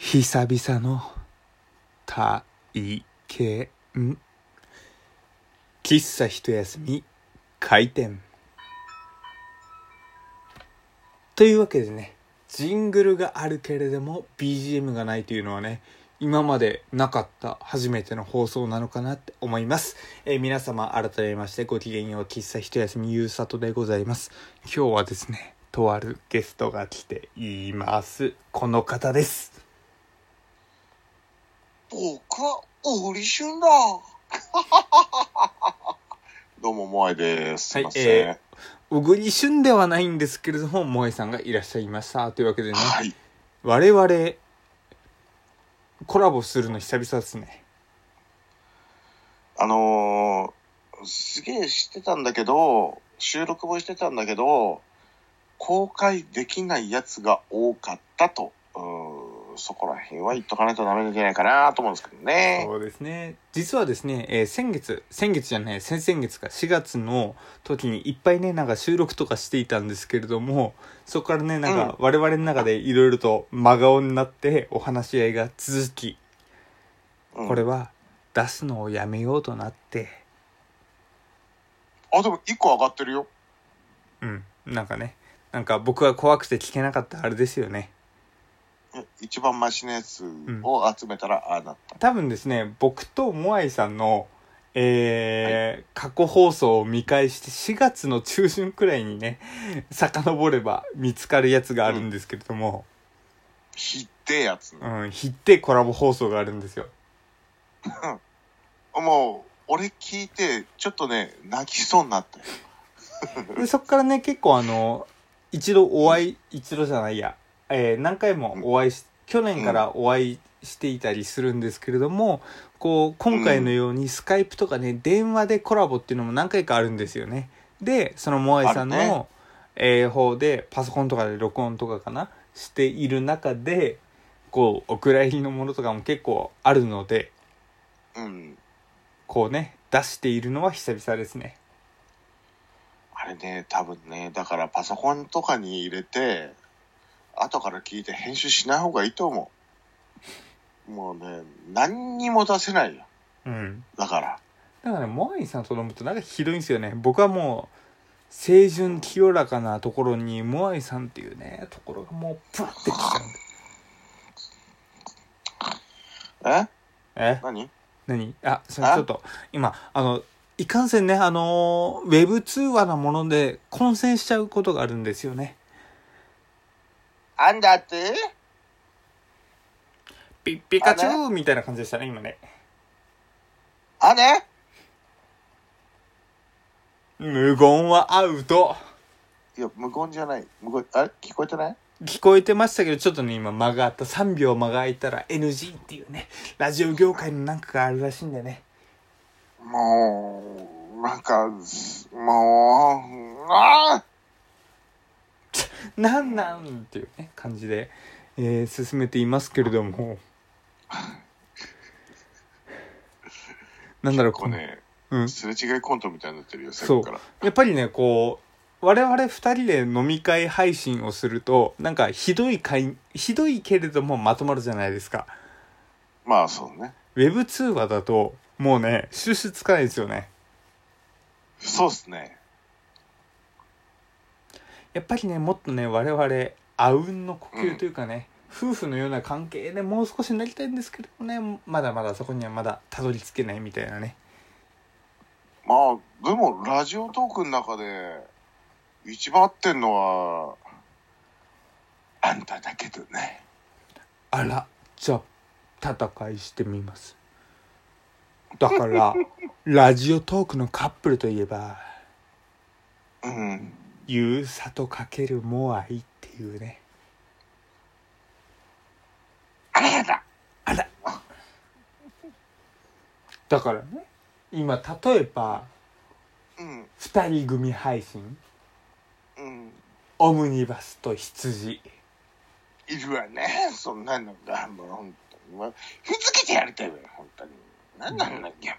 久々の体験。喫茶一休み開店。というわけでね、ジングルがあるけれども BGM がないというのはね、今までなかった初めての放送なのかなって思います。皆様改めましてごきげんよう、喫茶一休みゆうさとでございます。今日はですね、とあるゲストが来ています。この方です。 僕は小栗旬だ。どうもモアイです。すいません。 小栗旬ではないんですけれども、モアイさんがいらっしゃいましたというわけでね、 はい、 我々コラボするの久々ですね。 すげえ知ってたんだけど、収録もしてたんだけど、公開できないやつが多かったと。そこら辺は言っとかないとダメなんじゃないかなと思うんですけどね。 そうですね。実はですね、先々月か4月の時にいっぱいね、なんか収録とかしていたんですけれども、そこからね、なんか我々の中でいろいろと真顔になってお話し合いが続き、これは出すのをやめようとなって。 でも1個上がってるよ。 なんか僕は怖くて聞けなかったあれですよね。 一番マシなやつを集めたらああなった。 多分ですね、僕とモアイさんの、過去放送を見返して4月の中旬くらいにね、遡れば見つかるやつがあるんですけれども、 ひってやつ。 ひってコラボ放送があるんですよ。 もう俺聞いてちょっとね泣きそうになったよ。 でそっからね、結構何回もお会いし、去年からお会いしていたりするんですけれども、こう今回のようにスカイプとかね、電話でコラボっていうのも何回かあるんですよね。でそのモアイさんの、方でパソコンとかで録音とかかなしている中で、こうお蔵入りのものとかも結構あるので、こうね出しているのは久々ですね。 あれね、多分ね、だからパソコンとかに入れて後から聞いて編集しない方がいいと思う。もうね、何にも出せないよ。だからね、モアイさんと飲むとなんかひどいんですよね。僕はもう清純清らかなところにモアイさんっていうねところがもうプワってきちゃうんで。何それちょっと今いかんせんね、ウェブ通話なもので混戦しちゃうことがあるんですよね。 だってピカチュウみたいな感じでしたね今ね。無言はアウト。 いや無言じゃない。聞こえてない？ 聞こえてましたけど、ちょっとね今間があった。3秒間が空いたら NG っていうね、ラジオ業界のなんかがあるらしいんでね。 もうなんっていうね感じで、進めていますけれども、なんだろうこれすれ違いコントみたいになってるよ。 そうやっぱりね、こう我々2人で飲み会配信をするとなんかひどいけれどもまとまるじゃないですか。 まあそうね。 ウェブ通話だともうね収拾つかないですよね。 そうっすね。 やっぱりね、もっとね我々あうんの呼吸というかね、夫婦のような関係でもう少しなりたいんですけどね、まだまだそこにはまだたどり着けないみたいなね。 まあでもラジオトークの中で一番合ってんのはあんただけどね。 あら、じゃあ戦いしてみます。だからラジオトークのカップルといえばゆうさと×モアイっていうね。 あらだからね、今例えば2人組配信、オムニバスと羊いるわね。そんなのがもう本当にふざけてやりたいわよ本当に。何なんだっけ。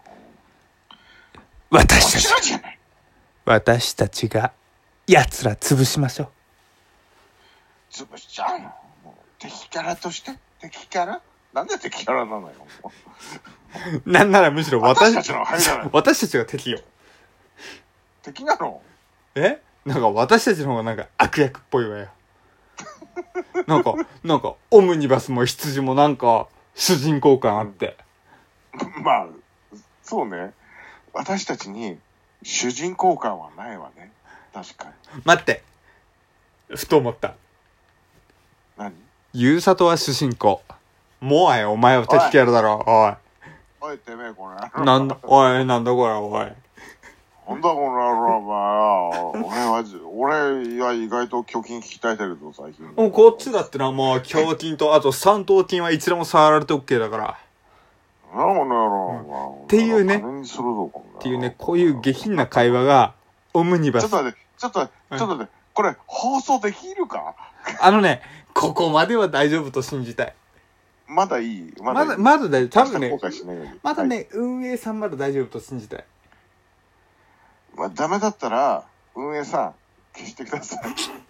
私たちがやつら潰しましょう。 潰しちゃうの。 敵キャラとして敵キャラなんで敵キャラなのよ。 なんならむしろ私たちのはいじゃない。 私たちが敵よ。 敵なの？ なんか私たちの方がなんか悪役っぽいわよ。なんかオムニバスも羊もなんか主人公感あって。 まあ、そうね。私たちに主人公感はないわね。確かに。 待って。ふと思った。 何？ ゆうさとは主人公。モアイお前は敵キャラだろ。おい。 おい、てめえこれ。 なんだこれ、おい。 なんだこの野郎、お前は。俺は意外と胸筋鍛えてるぞ、最近。 もうこっちだってな、もう胸筋と、あと三頭筋はいつでも触られて OK だから。 なんこの野郎、 っていうね。 っていうね、こういう下品な会話が、オムニバス。 ちょっと待って、これ、放送できるか？ ここまでは大丈夫と信じたい。 まだいい？ まだ大丈夫。多分ね、まだね、 はい、 運営さんまだ大丈夫と信じたい。 まあ、ダメだったら、運営さん、消してください。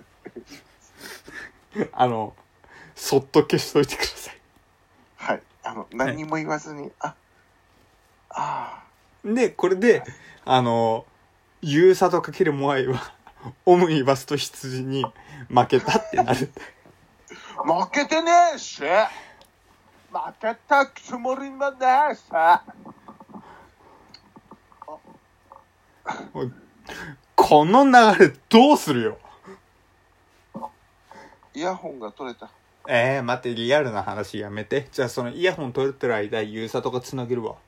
そっと消しといてください。 はい。何にも言わずに、 で、これで、ゆうさとかけるモアイは、オムニバスと羊に負けたってなる。 負けてねえし、負けたつもりもねえさ。 この流れどうするよ。 イヤホンが取れた。 待って、リアルな話やめて。じゃあそのイヤホン取れてる間、ゆうさとがつなげるわ。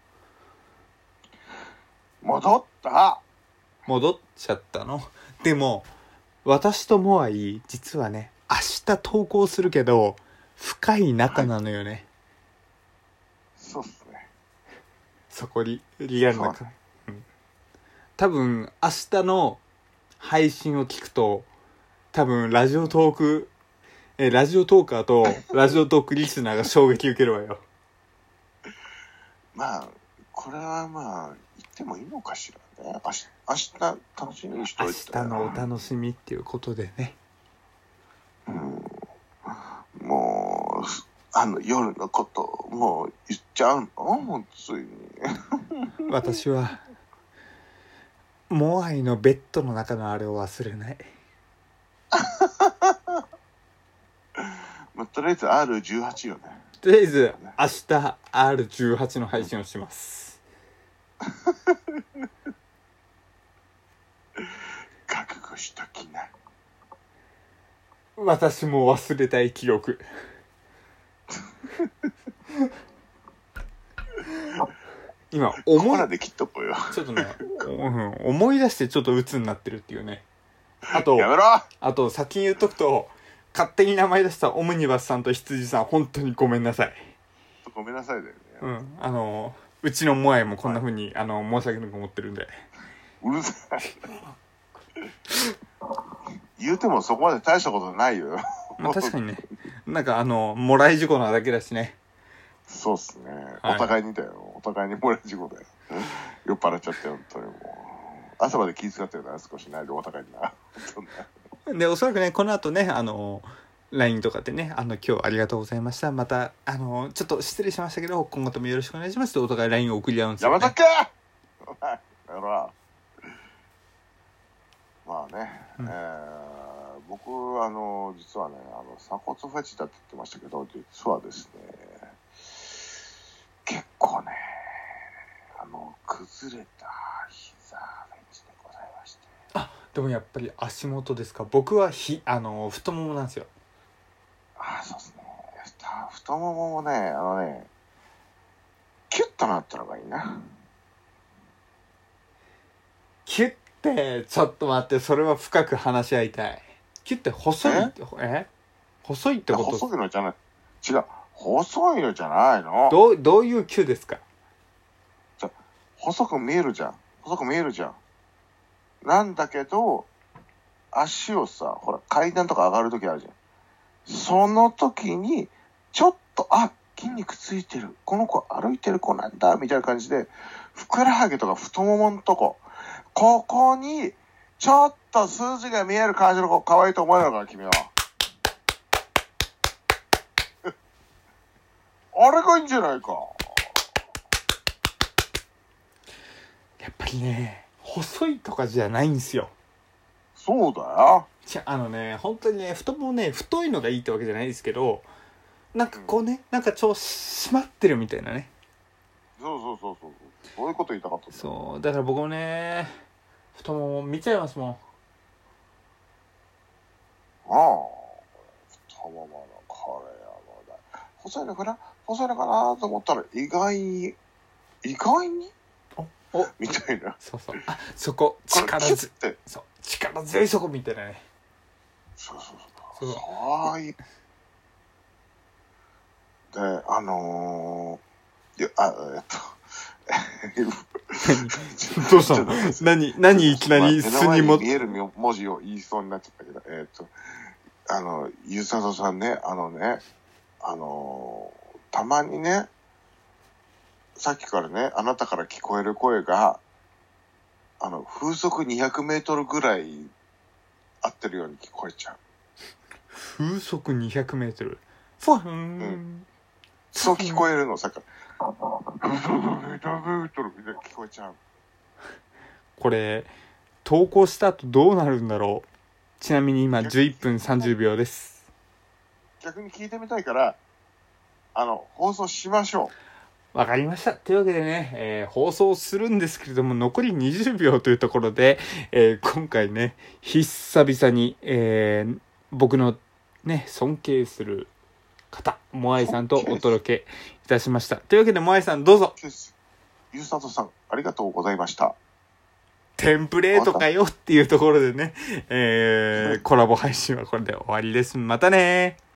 戻っちゃったの。でも私とモアイ実はね、明日投稿するけど深い仲なのよね、はい、 そうっすね。 そこにリアルな、多分明日の配信を聞くと多分ラジオトーカーとラジオトークリスナーが衝撃受けるわよ。 まあこれはまあ言ってもいいのかしらね。明日楽しみにしといて。 明日のお楽しみっていうことでね。 もう夜のこともう言っちゃうの？もうついに。 私はモアイのベッドの中のあれを忘れない。 まあ、とりあえず R18 よね。 とりあえず明日 R18 の配信をします。 覚悟しときな。 私も忘れたい記憶。今ここらで切っとこうよ。 ちょっとね、思い出してちょっと鬱になってるっていうね。あとやめろ。 あと先に言っとくと、勝手に名前出したオムニバスさんと羊さん本当にごめんなさい。 ごめんなさいだよね。 うちのモアイもこんな風に、申し訳なく思ってるんで。 うるさい。言うてもそこまで大したことないよ。 まあ確かにね、なんかもらい事故なだけだしね。 そうっすね、 はい、 お互いにだよ。お互いにもらい事故だよ。酔っ払っちゃって本当にもう朝まで気遣ってるな。少しないでお互いにな。 でおそらくねこの後ねLINE とかでね今日ありがとうございました、またちょっと失礼しましたけど今後ともよろしくお願いしますとお互い LINE を送り合うんですよ、ね、 やめとけ。やろう。まあね、僕実はね鎖骨フェチだって言ってましたけど、実はですね結構ね崩れた膝フェチでございまして。 でもやっぱり足元ですか。僕は太ももなんですよ。 そうですね。太もももねキュッとなったのがいいな。 キュッてちょっと待って、それは深く話し合いたい。キュッて細いって細いってこと？ 細いのじゃない。違う。細いのじゃないの。 どういうキュですか？ 細く見えるじゃん。なんだけど足をさ、ほら階段とか上がるときあるじゃん。その時にちょっと筋肉ついてる、この子歩いてる子なんだみたいな感じで、ふくらはぎとか太もものとこ、ここにちょっと数字が見える感じの子可愛いと思えるのか君は。 あれがいいんじゃないか。 やっぱりね、細いとかじゃないんですよ。 そうだよ。 本当にね、太ももね、太いのがいいってわけじゃないですけど、なんかこうね、なんか締まってるみたいなね。 そういうこと言いたかった。 そう、だから僕もね、太もも見ちゃいますもん。 ああ。太もものこれやばい。細いのかなと思ったら意外におみたいな。 そう。あ、そこ、力強いそこみたいなね。 そう。はい。で、 どうしたの？何いきなり目の前に見える文字を言いそうになっちゃったけど、ゆうさとさんね、たまにね、さっきからね、あなたから聞こえる声が、風速200メートルぐらい合ってるように聞こえちゃう。 風速200メートル。ファーン。 そう聞こえるの、さっきから。風速200メートルみたいに聞こえちゃう。 これ、投稿した後どうなるんだろう。ちなみに今11分30秒です。 逆に聞いてみたいから、放送しましょう。わかりました。というわけでね、放送するんですけれども、残り20秒というところで、今回ね、久々に、僕のね、尊敬する方、モアイさんとお届けいたしました。というわけで、モアイさんどうぞ。 ゆうさとさん、ありがとうございました。 テンプレートかよっていうところでね、コラボ配信はこれで終わりです。またねー。